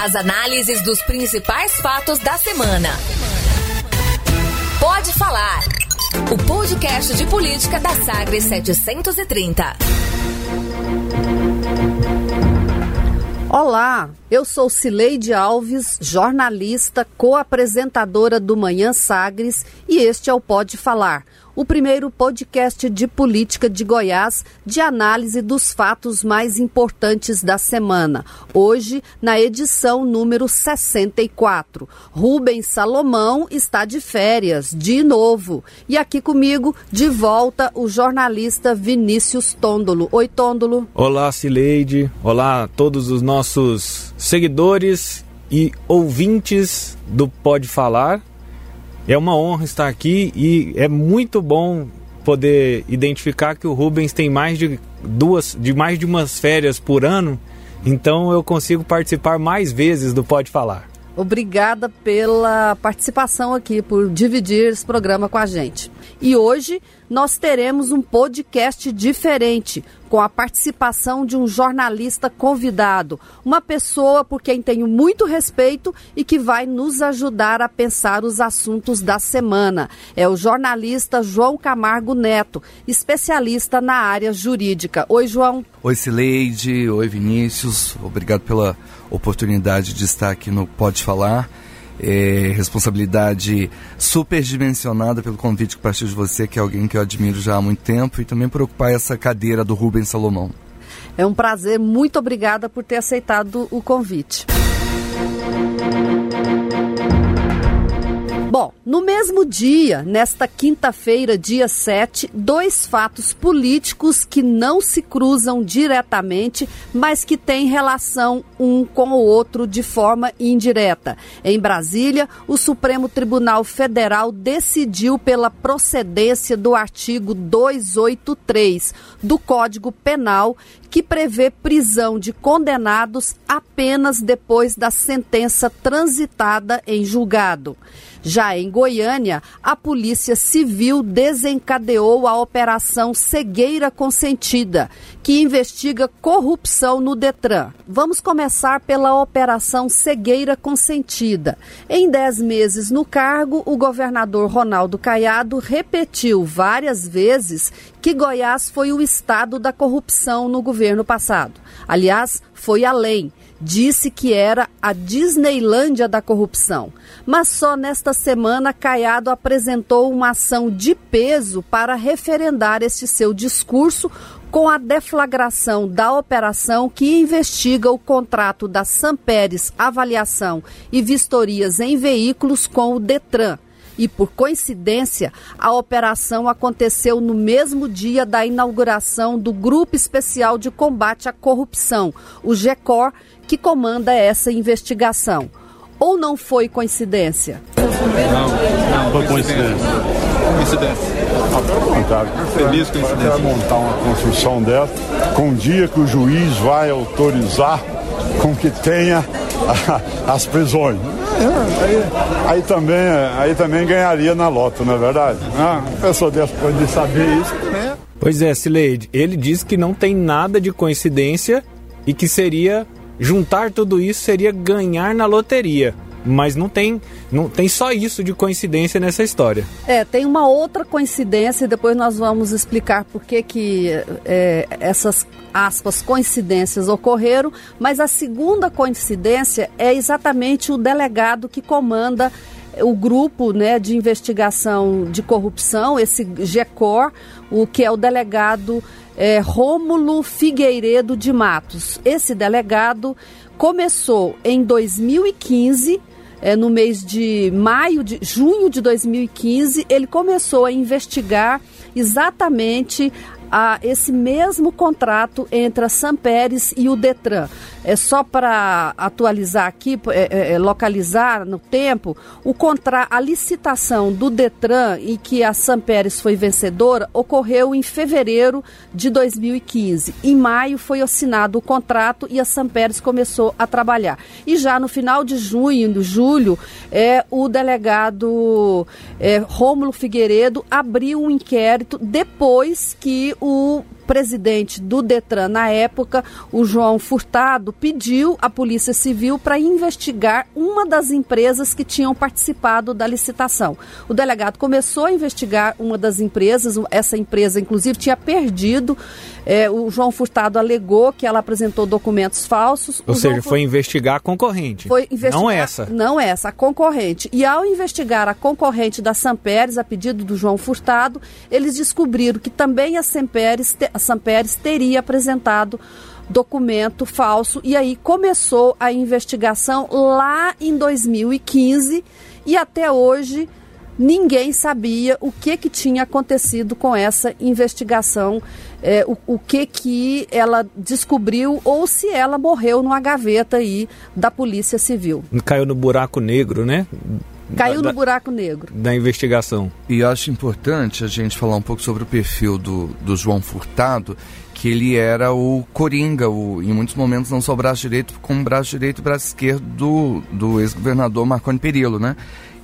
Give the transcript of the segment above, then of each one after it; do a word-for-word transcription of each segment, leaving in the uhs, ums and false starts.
As análises dos principais fatos da semana. Pode Falar, o podcast de política da Sagres setecentos e trinta. Olá, eu sou Cileide Alves, jornalista, co-apresentadora do Manhã Sagres, e este é o Pode Falar, o primeiro podcast de política de Goiás, de análise dos fatos mais importantes da semana. Hoje, na edição número sessenta e quatro. Rubens Salomão está de férias, de novo. E aqui comigo, de volta, o jornalista Vinícius Tondolo. Oi, Tondolo. Olá, Cileide. Olá a todos os nossos seguidores e ouvintes do Pode Falar. É uma honra estar aqui e é muito bom poder identificar que o Rubens tem mais de duas, de mais de umas férias por ano, então eu consigo participar mais vezes do Pode Falar. Obrigada pela participação aqui, por dividir esse programa com a gente. E hoje nós teremos um podcast diferente, com a participação de um jornalista convidado, uma pessoa por quem tenho muito respeito e que vai nos ajudar a pensar os assuntos da semana. É o jornalista João Camargo Neto, especialista na área jurídica. Oi, João. Oi, Cileide. Oi, Vinícius. Obrigado pela oportunidade de estar aqui no Pode Falar. É, responsabilidade superdimensionada pelo convite que partiu de você, que é alguém que eu admiro já há muito tempo, e também por ocupar essa cadeira do Rubens Salomão. É um prazer, muito obrigada por ter aceitado o convite. Bom, no mesmo dia, nesta quinta-feira, dia sete, dois fatos políticos que não se cruzam diretamente, mas que têm relação um com o outro de forma indireta. Em Brasília, o Supremo Tribunal Federal decidiu pela procedência do artigo duzentos e oitenta e três do Código Penal, que prevê prisão de condenados apenas depois da sentença transitada em julgado. Já em Goiânia, a Polícia Civil desencadeou a Operação Cegueira Consentida, que investiga corrupção no Detran. Vamos começar pela Operação Cegueira Consentida. Em dez meses no cargo, o governador Ronaldo Caiado repetiu várias vezes que Goiás foi o estado da corrupção no governo passado. Aliás, foi além. Disse que era a Disneylândia da corrupção. Mas só nesta semana, Caiado apresentou uma ação de peso para referendar este seu discurso, com a deflagração da operação que investiga o contrato da Samperes Avaliação e Vistorias em Veículos com o Detran. E, por coincidência, a operação aconteceu no mesmo dia da inauguração do Grupo Especial de Combate à Corrupção, o GECOR, que comanda essa investigação. Ou não foi coincidência? Não, não foi coincidência. Coincidência. Feliz coincidência. Vai montar uma construção dessa com um dia que o juiz vai autorizar com que tenha a, as prisões. Aí, aí, também, aí também ganharia na loto, não é verdade? Ah, a pessoa depois de saber isso também. Pois é, Cileide, ele diz que não tem nada de coincidência e que seria, juntar tudo isso seria ganhar na loteria. Mas não tem, não tem só isso de coincidência nessa história. É, tem uma outra coincidência e depois nós vamos explicar por que que é, essas, aspas, coincidências ocorreram, mas a segunda coincidência é exatamente o delegado que comanda o grupo, né, de investigação de corrupção, esse GECOR, o que é o delegado é, Rômulo Figueiredo de Matos. Esse delegado começou em dois mil e quinze, É, no mês de maio, de junho de dois mil e quinze, ele começou a investigar exatamente a esse mesmo contrato entre a Samperes e o Detran. É só para atualizar aqui, é, é, localizar no tempo, o contra, a licitação do Detran em que a Samperes foi vencedora ocorreu em fevereiro de dois mil e quinze. Em maio foi assinado o contrato e a Samperes começou a trabalhar. E já no final de junho, de julho, é, o delegado é, Rômulo Figueiredo abriu um inquérito depois que o presidente do Detran na época, o João Furtado, pediu à Polícia Civil para investigar uma das empresas que tinham participado da licitação. O delegado começou a investigar uma das empresas, essa empresa inclusive tinha perdido, é, o João Furtado alegou que ela apresentou documentos falsos. Ou o seja, João foi investigar a concorrente, foi investigar, não essa. Não essa, a concorrente. E ao investigar a concorrente da Samperes, a pedido do João Furtado, eles descobriram que também a Samperes, a Samperes teria apresentado documento falso, e aí começou a investigação lá em dois mil e quinze, e até hoje ninguém sabia o que, que tinha acontecido com essa investigação, é, o, o que, que ela descobriu ou se ela morreu numa gaveta aí da Polícia Civil. Caiu no buraco negro, né? Caiu da, no buraco negro. Da investigação. E eu acho importante a gente falar um pouco sobre o perfil do, do João Furtado, que ele era o coringa, o, em muitos momentos não só o braço direito, como braço direito e braço esquerdo do, do ex-governador Marconi Perillo, né?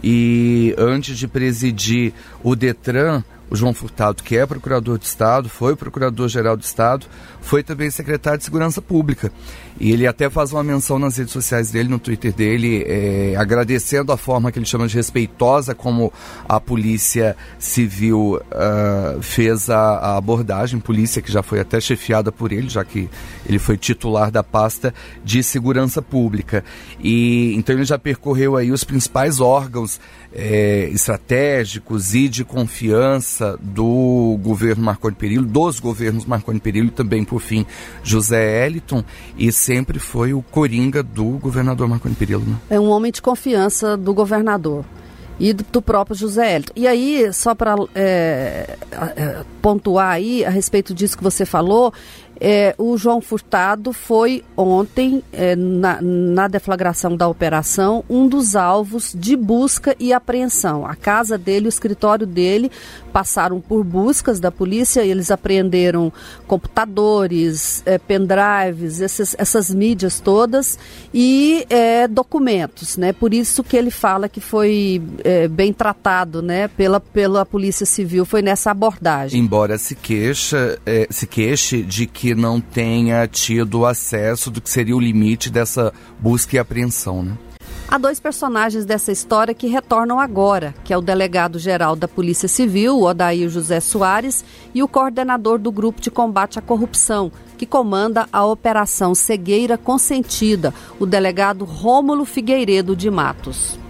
E antes de presidir o Detran, o João Furtado, que é procurador de Estado, foi procurador-geral do Estado, foi também secretário de Segurança Pública. E ele até faz uma menção nas redes sociais dele, no Twitter dele, é, agradecendo a forma que ele chama de respeitosa como a Polícia Civil uh, fez a, a abordagem, polícia que já foi até chefiada por ele, já que ele foi titular da pasta de Segurança Pública. E então ele já percorreu aí os principais órgãos é, estratégicos e de confiança do governo Marconi Perillo, dos governos Marconi Perillo e também, por fim, José Eliton, e sempre foi o coringa do governador Marconi Perillo, né? É um homem de confiança do governador e do, do próprio José Eliton. E aí, só para é, é, pontuar aí a respeito disso que você falou, É, o João Furtado foi ontem, é, na, na deflagração da operação, um dos alvos de busca e apreensão. A casa dele, o escritório dele, passaram por buscas da polícia, e eles apreenderam computadores, é, pendrives, esses, essas mídias todas e é, documentos, né? Por isso que ele fala que foi é, bem tratado, né, pela, pela Polícia Civil, foi nessa abordagem. Embora se queixa, é, se queixe de que não tenha tido acesso do que seria o limite dessa busca e apreensão, né? Há dois personagens dessa história que retornam agora, que é o delegado-geral da Polícia Civil, o Odair José Soares, e o coordenador do Grupo de Combate à Corrupção, que comanda a Operação Cegueira Consentida, o delegado Rômulo Figueiredo de Matos.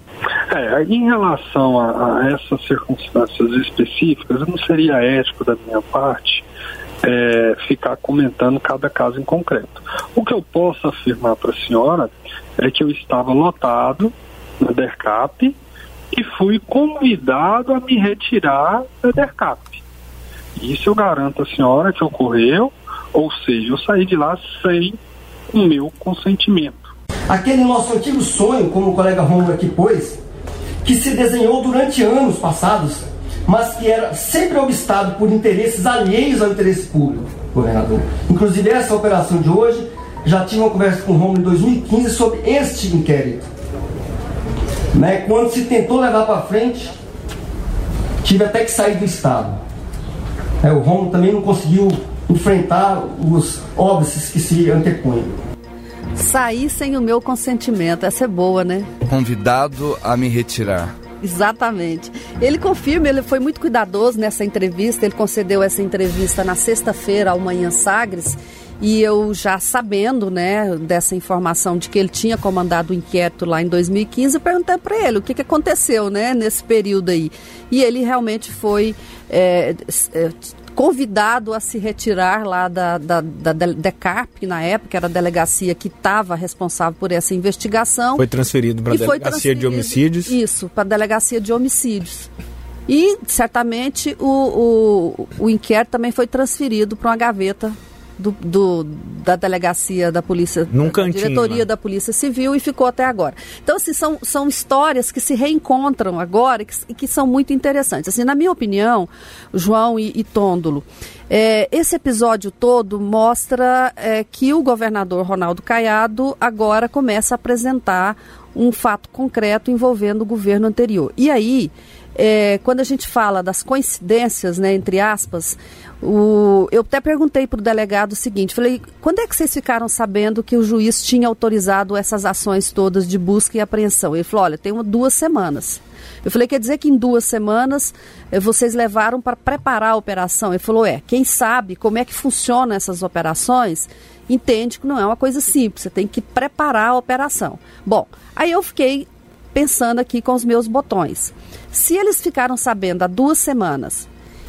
É, em relação a, a essas circunstâncias específicas, não seria ético da minha parte É, ficar comentando cada caso em concreto. O que eu posso afirmar para a senhora é que eu estava lotado na DERCAP e fui convidado a me retirar da DERCAP. Isso eu garanto à senhora que ocorreu, ou seja, eu saí de lá sem o meu consentimento. Aquele nosso antigo sonho, como o colega Romulo aqui pôs, que se desenhou durante anos passados, mas que era sempre obstado por interesses alheios ao interesse público, governador. Inclusive, essa operação de hoje, já tive uma conversa com o Romulo em dois mil e quinze sobre este inquérito. Né? Quando se tentou levar para frente, tive até que sair do Estado. É, o Romulo também não conseguiu enfrentar os óbices que se antepõem. Sair sem o meu consentimento, essa é boa, né? Convidado a me retirar. Exatamente. Ele confirma, ele foi muito cuidadoso nessa entrevista, ele concedeu essa entrevista na sexta-feira ao Manhã Sagres, e eu já sabendo, né, dessa informação de que ele tinha comandado o inquérito lá em dois mil e quinze, eu perguntei para ele o que, que aconteceu, né, nesse período aí. E ele realmente foi é, é, convidado a se retirar lá da, da, da, da DECARP, na época era a delegacia que estava responsável por essa investigação. Foi transferido para a delegacia de homicídios. Isso, para a delegacia de homicídios. E, certamente, o, o, o inquérito também foi transferido para uma gaveta do, do, da delegacia da Polícia, Num da cantinho, diretoria né? da Polícia Civil, e ficou até agora. Então, assim, são, são histórias que se reencontram agora e que, que são muito interessantes. Assim, na minha opinião, João e, e Tôndolo, é, esse episódio todo mostra é, que o governador Ronaldo Caiado agora começa a apresentar um fato concreto envolvendo o governo anterior. E aí, é, quando a gente fala das coincidências, né, entre aspas, o, eu até perguntei para o delegado o seguinte, falei, quando é que vocês ficaram sabendo que o juiz tinha autorizado essas ações todas de busca e apreensão? Ele falou, olha, tem uma, duas semanas. Eu falei, quer dizer que em duas semanas eh, vocês levaram para preparar a operação? Ele falou, é, quem sabe como é que funcionam essas operações, entende que não é uma coisa simples, você tem que preparar a operação. Bom, aí eu fiquei pensando aqui com os meus botões. Se eles ficaram sabendo há duas semanas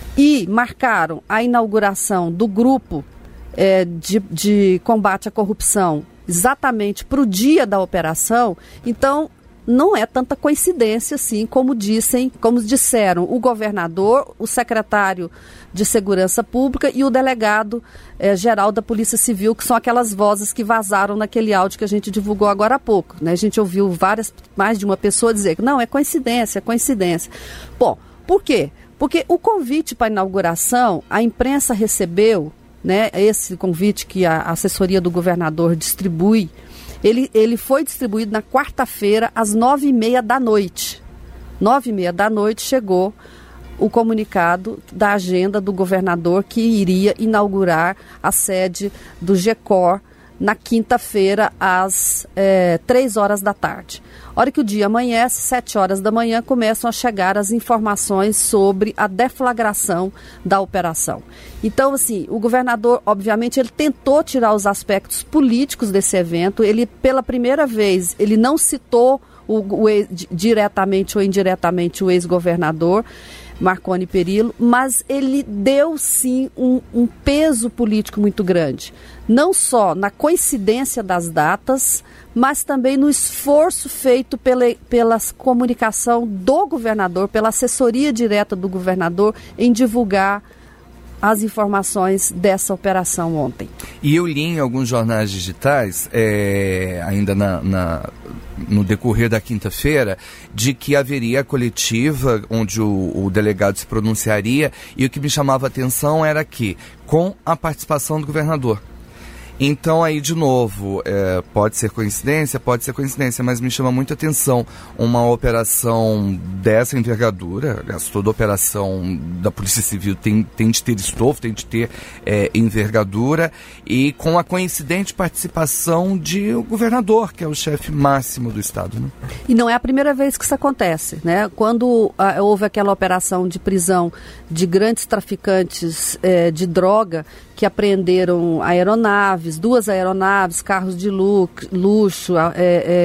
e marcaram a inauguração do grupo eh, de, de combate à corrupção exatamente para o dia da operação, então não é tanta coincidência assim como dissem, como disseram o governador, o secretário de Segurança Pública e o delegado eh, geral da Polícia Civil, que são aquelas vozes que vazaram naquele áudio que a gente divulgou agora há pouco, né? A gente ouviu várias, mais de uma pessoa dizer que não, é coincidência, é coincidência. Bom, por quê? Porque o convite para a inauguração, a imprensa recebeu, né, esse convite que a assessoria do governador distribui, Ele, ele foi distribuído na quarta-feira, às nove e meia da noite. Nove e meia da noite chegou o comunicado da agenda do governador que iria inaugurar a sede do GECOR na quinta-feira, às é, três horas da tarde. A hora que o dia amanhece, sete horas da manhã, começam a chegar as informações sobre a deflagração da operação. Então, assim, o governador, obviamente, ele tentou tirar os aspectos políticos desse evento. Ele, pela primeira vez, ele não citou o, o, diretamente ou indiretamente o ex-governador Marconi Perillo, mas ele deu sim um, um peso político muito grande, não só na coincidência das datas, mas também no esforço feito pela, pela comunicação do governador, pela assessoria direta do governador em divulgar as informações dessa operação ontem. E eu li em alguns jornais digitais, é, ainda na, na, no decorrer da quinta-feira, de que haveria a coletiva onde o, o delegado se pronunciaria, e o que me chamava a atenção era que, com a participação do governador. Então aí, de novo, é, pode ser coincidência, pode ser coincidência, mas me chama muito a atenção uma operação dessa envergadura. Aliás, toda operação da Polícia Civil tem, tem de ter estofo, tem de ter é, envergadura, e com a coincidente participação de o governador, que é o chefe máximo do Estado, né? E não é a primeira vez que isso acontece, né? Quando ah, houve aquela operação de prisão de grandes traficantes eh, de droga, que apreenderam aeronaves, duas aeronaves, carros de luxo, é,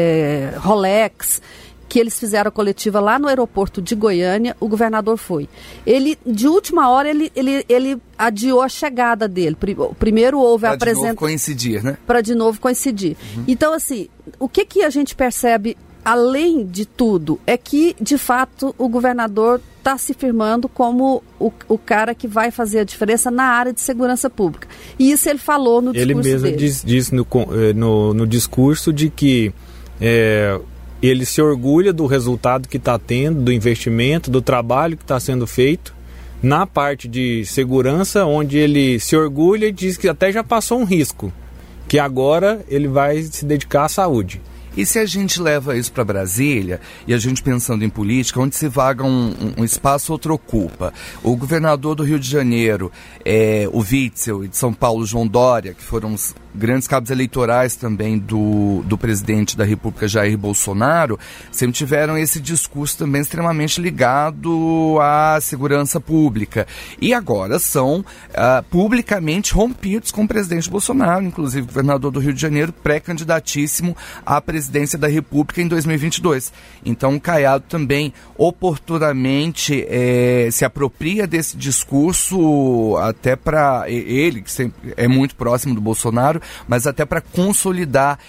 é, Rolex, que eles fizeram a coletiva lá no aeroporto de Goiânia, o governador foi. Ele, de última hora, ele, ele, ele adiou a chegada dele. Primeiro houve a apresentação... Para de novo coincidir, né? Para de novo coincidir. Uhum. Então, assim, o que, que a gente percebe, além de tudo, é que, de fato, o governador está se firmando como o, o cara que vai fazer a diferença na área de segurança pública. E isso ele falou no discurso dele. Ele mesmo disse, disse no, no, no discurso de que é, ele se orgulha do resultado que está tendo, do investimento, do trabalho que está sendo feito na parte de segurança, onde ele se orgulha e diz que até já passou um risco, que agora ele vai se dedicar à saúde. E se a gente leva isso para Brasília, e a gente pensando em política, onde se vaga um, um espaço, outro ocupa. O governador do Rio de Janeiro, é, o Witzel, e de São Paulo, João Dória, que foram os grandes cabos eleitorais também do, do presidente da República, Jair Bolsonaro, sempre tiveram esse discurso também extremamente ligado à segurança pública. E agora são uh, publicamente rompidos com o presidente Bolsonaro, inclusive o governador do Rio de Janeiro, pré-candidatíssimo à presidência da República em dois mil e vinte e dois. Então o Caiado também oportunamente é, se apropria desse discurso até para ele, que sempre é muito próximo do Bolsonaro, mas até para consolidar,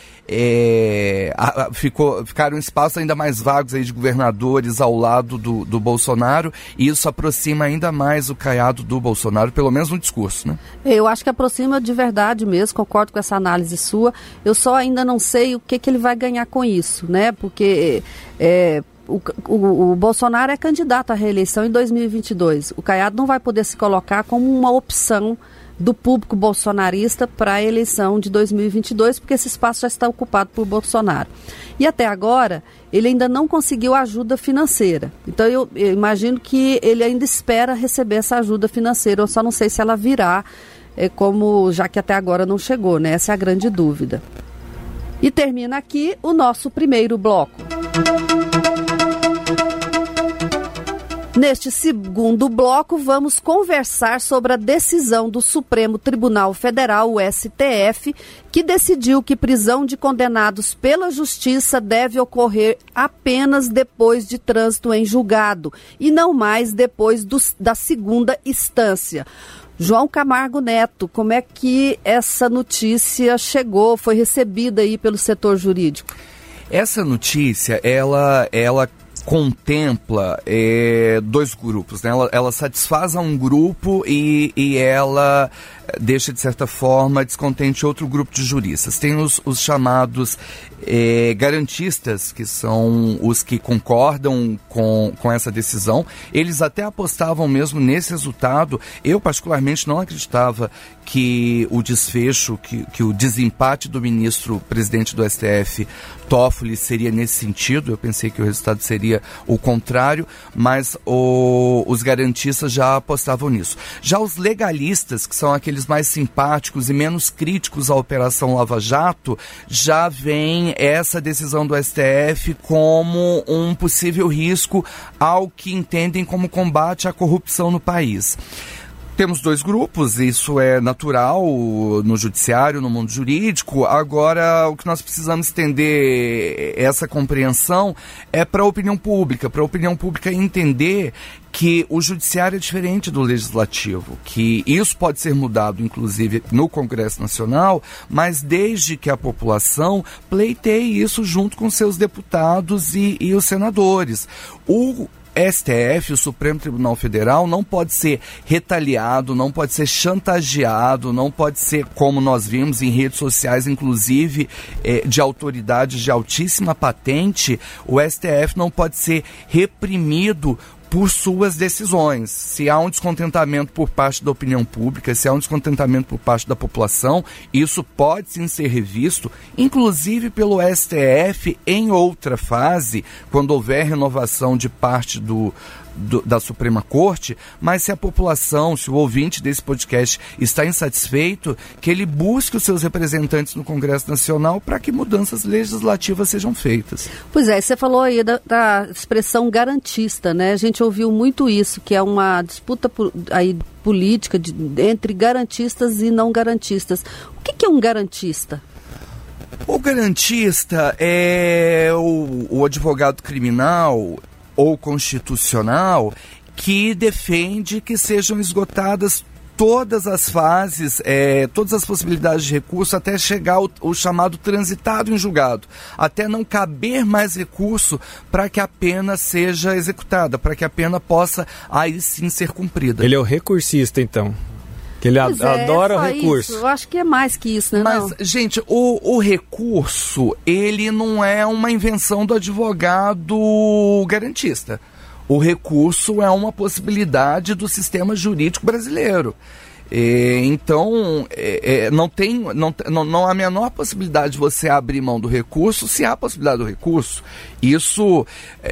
é, a, a, ficou, ficaram espaços ainda mais vagos aí de governadores ao lado do, do Bolsonaro, e isso aproxima ainda mais o Caiado do Bolsonaro, pelo menos no discurso, né? Eu acho que aproxima de verdade mesmo, concordo com essa análise sua. Eu só ainda não sei o que, que ele vai ganhar com isso, né? Porque é, o, o, o Bolsonaro é candidato à reeleição em dois mil e vinte e dois. O Caiado não vai poder se colocar como uma opção do público bolsonarista para a eleição de dois mil e vinte e dois, porque esse espaço já está ocupado por Bolsonaro. E até agora, ele ainda não conseguiu ajuda financeira. Então, eu, eu imagino que ele ainda espera receber essa ajuda financeira. Eu só não sei se ela virá, é, como já que até agora não chegou, né? Essa é a grande dúvida. E termina aqui o nosso primeiro bloco. Neste segundo bloco, vamos conversar sobre a decisão do Supremo Tribunal Federal, o S T F, que decidiu que prisão de condenados pela Justiça deve ocorrer apenas depois de trânsito em julgado e não mais depois do, da segunda instância. João Camargo Neto, como é que essa notícia chegou, foi recebida aí pelo setor jurídico? Essa notícia, ela, ela contempla é, dois grupos, né? Ela, ela satisfaz a um grupo e, e ela deixa, de certa forma, descontente outro grupo de juristas. Tem os, os chamados é, garantistas, que são os que concordam com, com essa decisão. Eles até apostavam mesmo nesse resultado. Eu, particularmente, não acreditava que o desfecho, que, que o desempate do ministro presidente do S T F, Toffoli, seria nesse sentido. Eu pensei que o resultado seria o contrário, mas o, os garantistas já apostavam nisso. Já os legalistas, que são aqueles mais simpáticos e menos críticos à Operação Lava Jato, já veem essa decisão do S T F como um possível risco ao que entendem como combate à corrupção no país. Temos dois grupos, isso é natural no judiciário, no mundo jurídico. Agora, o que nós precisamos estender essa compreensão é para a opinião pública, para a opinião pública entender que o judiciário é diferente do legislativo, que isso pode ser mudado, inclusive, no Congresso Nacional, mas desde que a população pleiteie isso junto com seus deputados e, e os senadores. O S T F, o Supremo Tribunal Federal, não pode ser retaliado, não pode ser chantageado, não pode ser, como nós vimos em redes sociais, inclusive eh, de autoridades de altíssima patente. O S T F não pode ser reprimido por suas decisões. Se há um descontentamento por parte da opinião pública, se há um descontentamento por parte da população, isso pode sim ser revisto, inclusive pelo S T F em outra fase, quando houver renovação de parte do, do, da Suprema Corte. Mas se a população, se o ouvinte desse podcast está insatisfeito, que ele busque os seus representantes no Congresso Nacional para que mudanças legislativas sejam feitas. Pois é, você falou aí da, da expressão garantista, né? A gente ouviu muito isso, que é uma disputa aí política de, entre garantistas e não garantistas. O que, que é um garantista? O garantista é o, o advogado criminal ou constitucional que defende que sejam esgotadas todas as fases, é, todas as possibilidades de recurso até chegar ao, ao chamado transitado em julgado, até não caber mais recurso para que a pena seja executada, para que a pena possa aí sim ser cumprida. Ele é o recursista, então. Que ele pois adora é, o recurso. Isso. Eu acho que é mais que isso, né? Mas, não? gente, o, o recurso, ele não é uma invenção do advogado garantista. O recurso é uma possibilidade do sistema jurídico brasileiro. É, então, é, é, não, tem, não, não, não há a menor possibilidade de você abrir mão do recurso se há a possibilidade do recurso. Isso,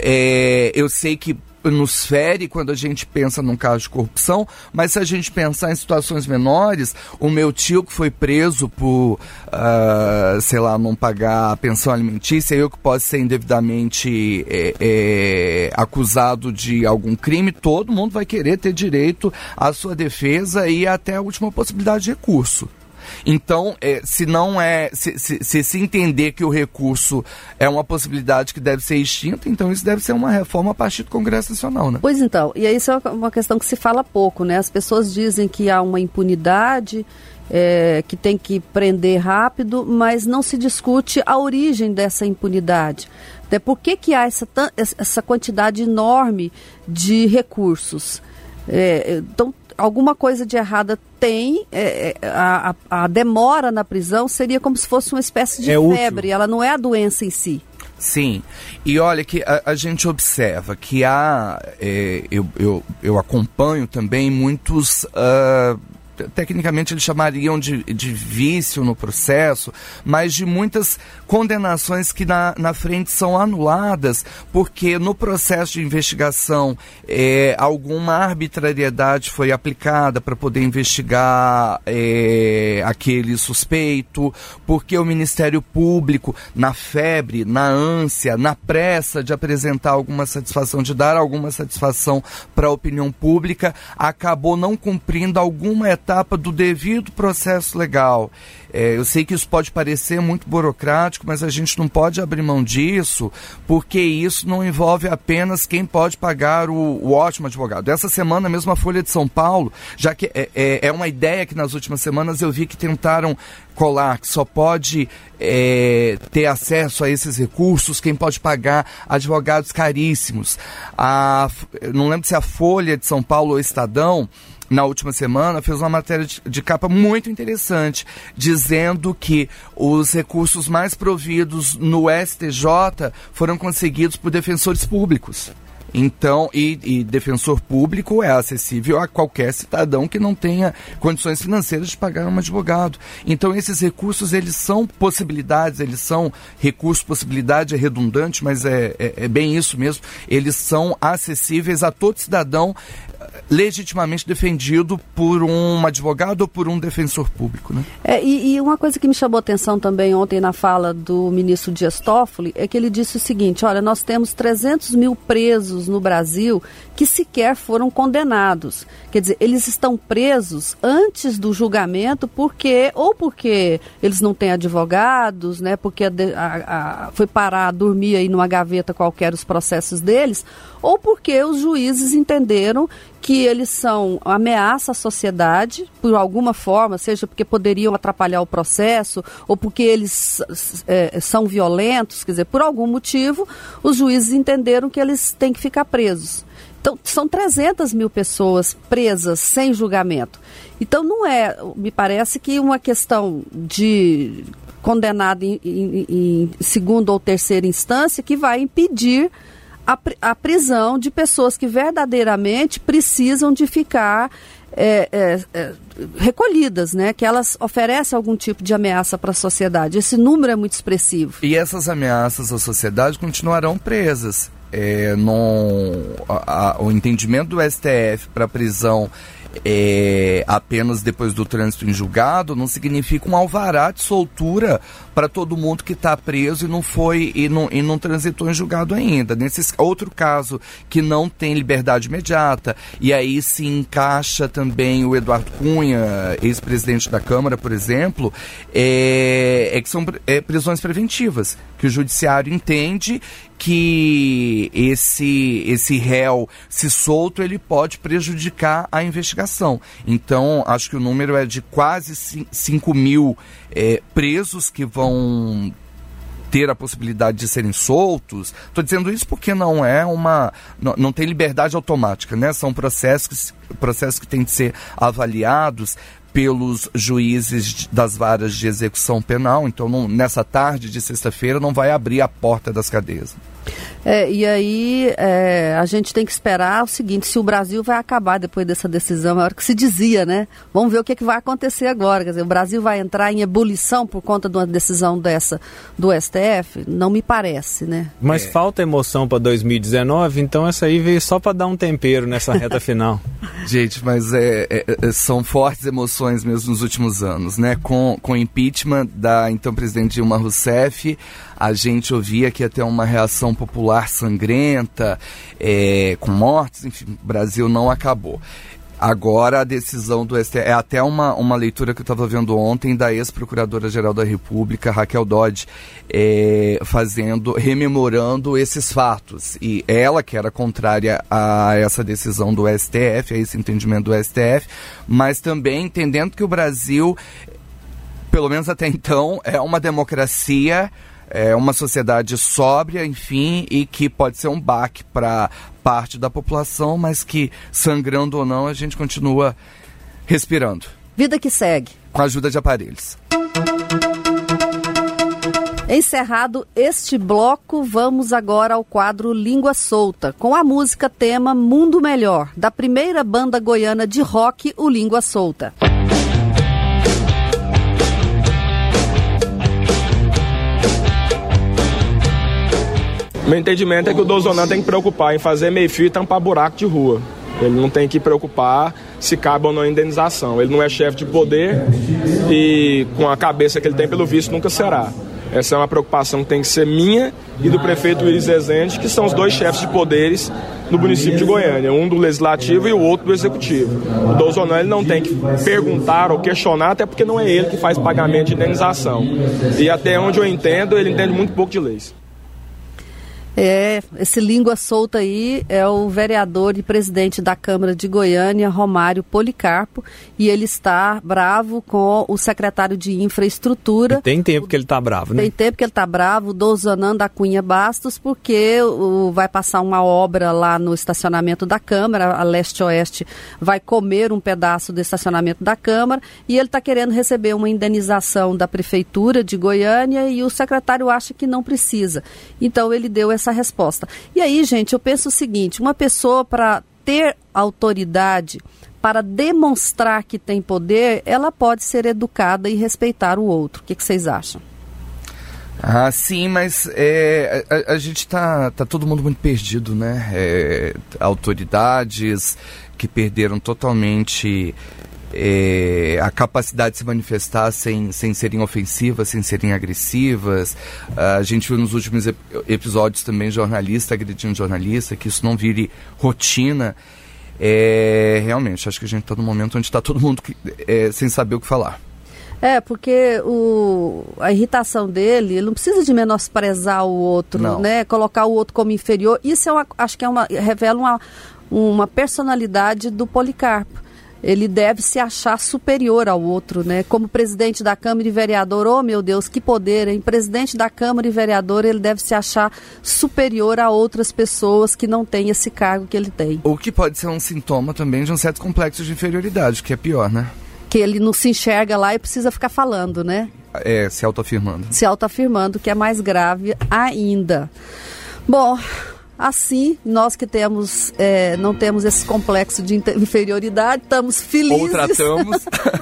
é, eu sei que nos fere quando a gente pensa num caso de corrupção, mas se a gente pensar em situações menores, o meu tio que foi preso por, uh, sei lá, não pagar a pensão alimentícia, eu que posso ser indevidamente é, é, acusado de algum crime, todo mundo vai querer ter direito à sua defesa e até a última possibilidade de recurso. Então, é, se não é, se, se, se se entender que o recurso é uma possibilidade que deve ser extinta, então isso deve ser uma reforma a partir do Congresso Nacional, né? Pois então, e isso é uma questão que se fala pouco, né? As pessoas dizem que há uma impunidade, é, que tem que prender rápido, mas não se discute a origem dessa impunidade. Até por que que há essa, essa quantidade enorme de recursos? É, então, alguma coisa de errada tem, é, a, a demora na prisão seria como se fosse uma espécie de é febre, útil. Ela não é a doença em si. Sim, e olha que a, a gente observa que há, é, eu, eu, eu acompanho também muitos uh, tecnicamente eles chamariam de, de vício no processo, mas de muitas condenações que na, na frente são anuladas, porque no processo de investigação é, alguma arbitrariedade foi aplicada para poder investigar é, aquele suspeito, porque o Ministério Público, na febre, na ânsia, na pressa de apresentar alguma satisfação, de dar alguma satisfação para a opinião pública, acabou não cumprindo alguma etapa do devido processo legal. É, eu sei que isso pode parecer muito burocrático, mas a gente não pode abrir mão disso, porque isso não envolve apenas quem pode pagar o, o ótimo advogado. Essa semana mesmo a Folha de São Paulo, já que é, é, é uma ideia que nas últimas semanas eu vi que tentaram colar, que só pode é, ter acesso a esses recursos quem pode pagar advogados caríssimos. A, não lembro se a Folha de São Paulo ou Estadão, na última semana, fez uma matéria de, de capa muito interessante, dizendo que os recursos mais providos no S T J foram conseguidos por defensores públicos. Então, e, e defensor público é acessível a qualquer cidadão que não tenha condições financeiras de pagar um advogado. Então, esses recursos, eles são possibilidades, eles são recursos, possibilidade é redundante, mas é, é, é bem isso mesmo, eles são acessíveis a todo cidadão legitimamente defendido por um advogado ou por um defensor público, né? É, e, e uma coisa que me chamou a atenção também ontem na fala do ministro Dias Toffoli é que ele disse o seguinte: olha, nós temos trezentos mil presos no Brasil que sequer foram condenados. Quer dizer, eles estão presos antes do julgamento porque, ou porque eles não têm advogados, né, porque a, a, a, foi parar, dormir aí numa gaveta qualquer os processos deles, ou porque os juízes entenderam que eles são ameaça à sociedade, por alguma forma, seja porque poderiam atrapalhar o processo, ou porque eles é, são violentos, quer dizer, por algum motivo, os juízes entenderam que eles têm que ficar presos. Então, são trezentas mil pessoas presas sem julgamento. Então, não é, me parece que uma questão de condenado em, em, em segunda ou terceira instância que vai impedir a, a prisão de pessoas que verdadeiramente precisam de ficar é, é, é, recolhidas, né? Que elas oferecem algum tipo de ameaça para a sociedade. Esse número é muito expressivo. E essas ameaças à sociedade continuarão presas. É, no, a, a, o entendimento do S T F para prisão é, apenas depois do trânsito em julgado não significa um alvará de soltura para todo mundo que está preso e não foi e não, e não transitou em julgado ainda. Nesse outro caso que não tem liberdade imediata, e aí se encaixa também o Eduardo Cunha, ex-presidente da Câmara, por exemplo, é, é que são é, prisões preventivas, que o judiciário entende que esse, esse réu, se solto, ele pode prejudicar a investigação. Então, acho que o número é de quase cinco mil é, presos que vão ter a possibilidade de serem soltos. Estou dizendo isso porque não é uma... Não, não tem liberdade automática, né? São processos, processos que têm de ser avaliados pelos juízes das varas de execução penal. Então, não, nessa tarde de sexta-feira, não vai abrir a porta das cadeias. É, e aí é, a gente tem que esperar o seguinte: se o Brasil vai acabar depois dessa decisão, é a hora que se dizia, né? Vamos ver o que, que vai acontecer agora. Quer dizer, o Brasil vai entrar em ebulição por conta de uma decisão dessa do S T F? Não me parece, né? Mas é. Falta emoção para dois mil e dezenove, então essa aí veio só para dar um tempero nessa reta final. Gente, mas é, é, são fortes emoções mesmo nos últimos anos, né? Com, com o impeachment da então presidente Dilma Rousseff, a gente ouvia que ia ter uma reação popular sangrenta, é, com mortes, enfim, o Brasil não acabou. Agora a decisão do S T F, é até uma, uma leitura que eu estava vendo ontem da ex-procuradora-geral da República, Raquel Dodge, é, fazendo, rememorando esses fatos. E ela, que era contrária a essa decisão do S T F, a esse entendimento do S T F, mas também entendendo que o Brasil, pelo menos até então, é uma democracia, é uma sociedade sóbria, enfim, e que pode ser um baque para parte da população, mas que, sangrando ou não, a gente continua respirando. Vida que segue. Com a ajuda de aparelhos. Encerrado este bloco, vamos agora ao quadro Língua Solta, com a música tema Mundo Melhor, da primeira banda goiana de rock, o Língua Solta. Meu entendimento é que o Dozonan tem que preocupar em fazer meio-fio e tampar buraco de rua. Ele não tem que preocupar se cabe ou não a indenização. Ele não é chefe de poder e com a cabeça que ele tem, pelo visto, nunca será. Essa é uma preocupação que tem que ser minha e do prefeito Willis Rezende, que são os dois chefes de poderes no município de Goiânia, um do Legislativo e o outro do Executivo. O Dozonan ele não tem que perguntar ou questionar, até porque não é ele que faz pagamento de indenização. E até onde eu entendo, ele entende muito pouco de leis. É, esse língua solta aí é o vereador e presidente da Câmara de Goiânia, Romário Policarpo, e ele está bravo com o secretário de Infraestrutura. E tem tempo que ele está bravo, né? Tem tempo que ele está bravo, Dozonan da Cunha Bastos, porque o, vai passar uma obra lá no estacionamento da Câmara, a leste-oeste vai comer um pedaço do estacionamento da Câmara, e ele está querendo receber uma indenização da Prefeitura de Goiânia e o secretário acha que não precisa. Então ele deu essa resposta. E aí, gente, eu penso o seguinte, uma pessoa para ter autoridade, para demonstrar que tem poder, ela pode ser educada e respeitar o outro. O que, que vocês acham? Ah, sim, mas é, a, a gente tá, tá todo mundo muito perdido, né? É, autoridades que perderam totalmente É, a capacidade de se manifestar sem, sem serem ofensivas, sem serem agressivas. Uh, a gente viu nos últimos ep- episódios também jornalista agredindo jornalista, que isso não vire rotina. É, realmente, acho que a gente está num momento onde está todo mundo que, é, sem saber o que falar. É, porque o, a irritação dele, ele não precisa de menosprezar o outro, não, né? Colocar o outro como inferior. Isso é uma, acho que é uma, revela uma, uma personalidade do Policarpo. Ele deve se achar superior ao outro, né? Como presidente da Câmara e vereador, oh meu Deus, que poder, hein? Presidente da Câmara e vereador, ele deve se achar superior a outras pessoas que não têm esse cargo que ele tem. O que pode ser um sintoma também de um certo complexo de inferioridade, que é pior, né? Que ele não se enxerga lá e precisa ficar falando, né? É, se autoafirmando. Se autoafirmando, que é mais grave ainda. Bom, assim, nós que temos, é, não temos esse complexo de inferioridade, estamos felizes. Ou tratamos.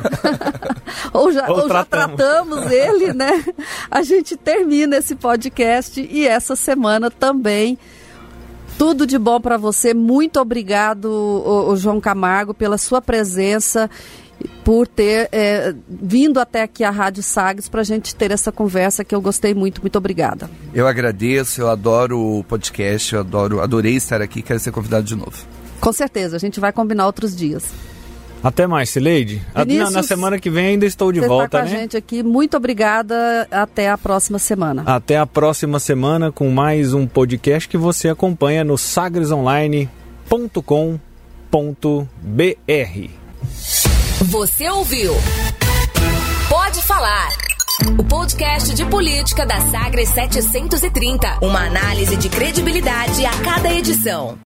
ou já, ou ou já tratamos ele, né? A gente termina esse podcast e essa semana também. Tudo de bom para você. Muito obrigado, o, o João Camargo, pela sua presença, por ter é, vindo até aqui à Rádio Sagres para a gente ter essa conversa que eu gostei muito. Muito obrigada. Eu agradeço, eu adoro o podcast, eu adoro, adorei estar aqui, quero ser convidado de novo. Com certeza, a gente vai combinar outros dias. Até mais, Cileide. Na, na semana que vem ainda estou de você volta, tá com né? a gente aqui. Muito obrigada. Até a próxima semana. Até a próxima semana com mais um podcast que você acompanha no sagres online ponto com ponto b r. Você ouviu? Pode falar. O podcast de política da Sagres setecentos e trinta. Uma análise de credibilidade a cada edição.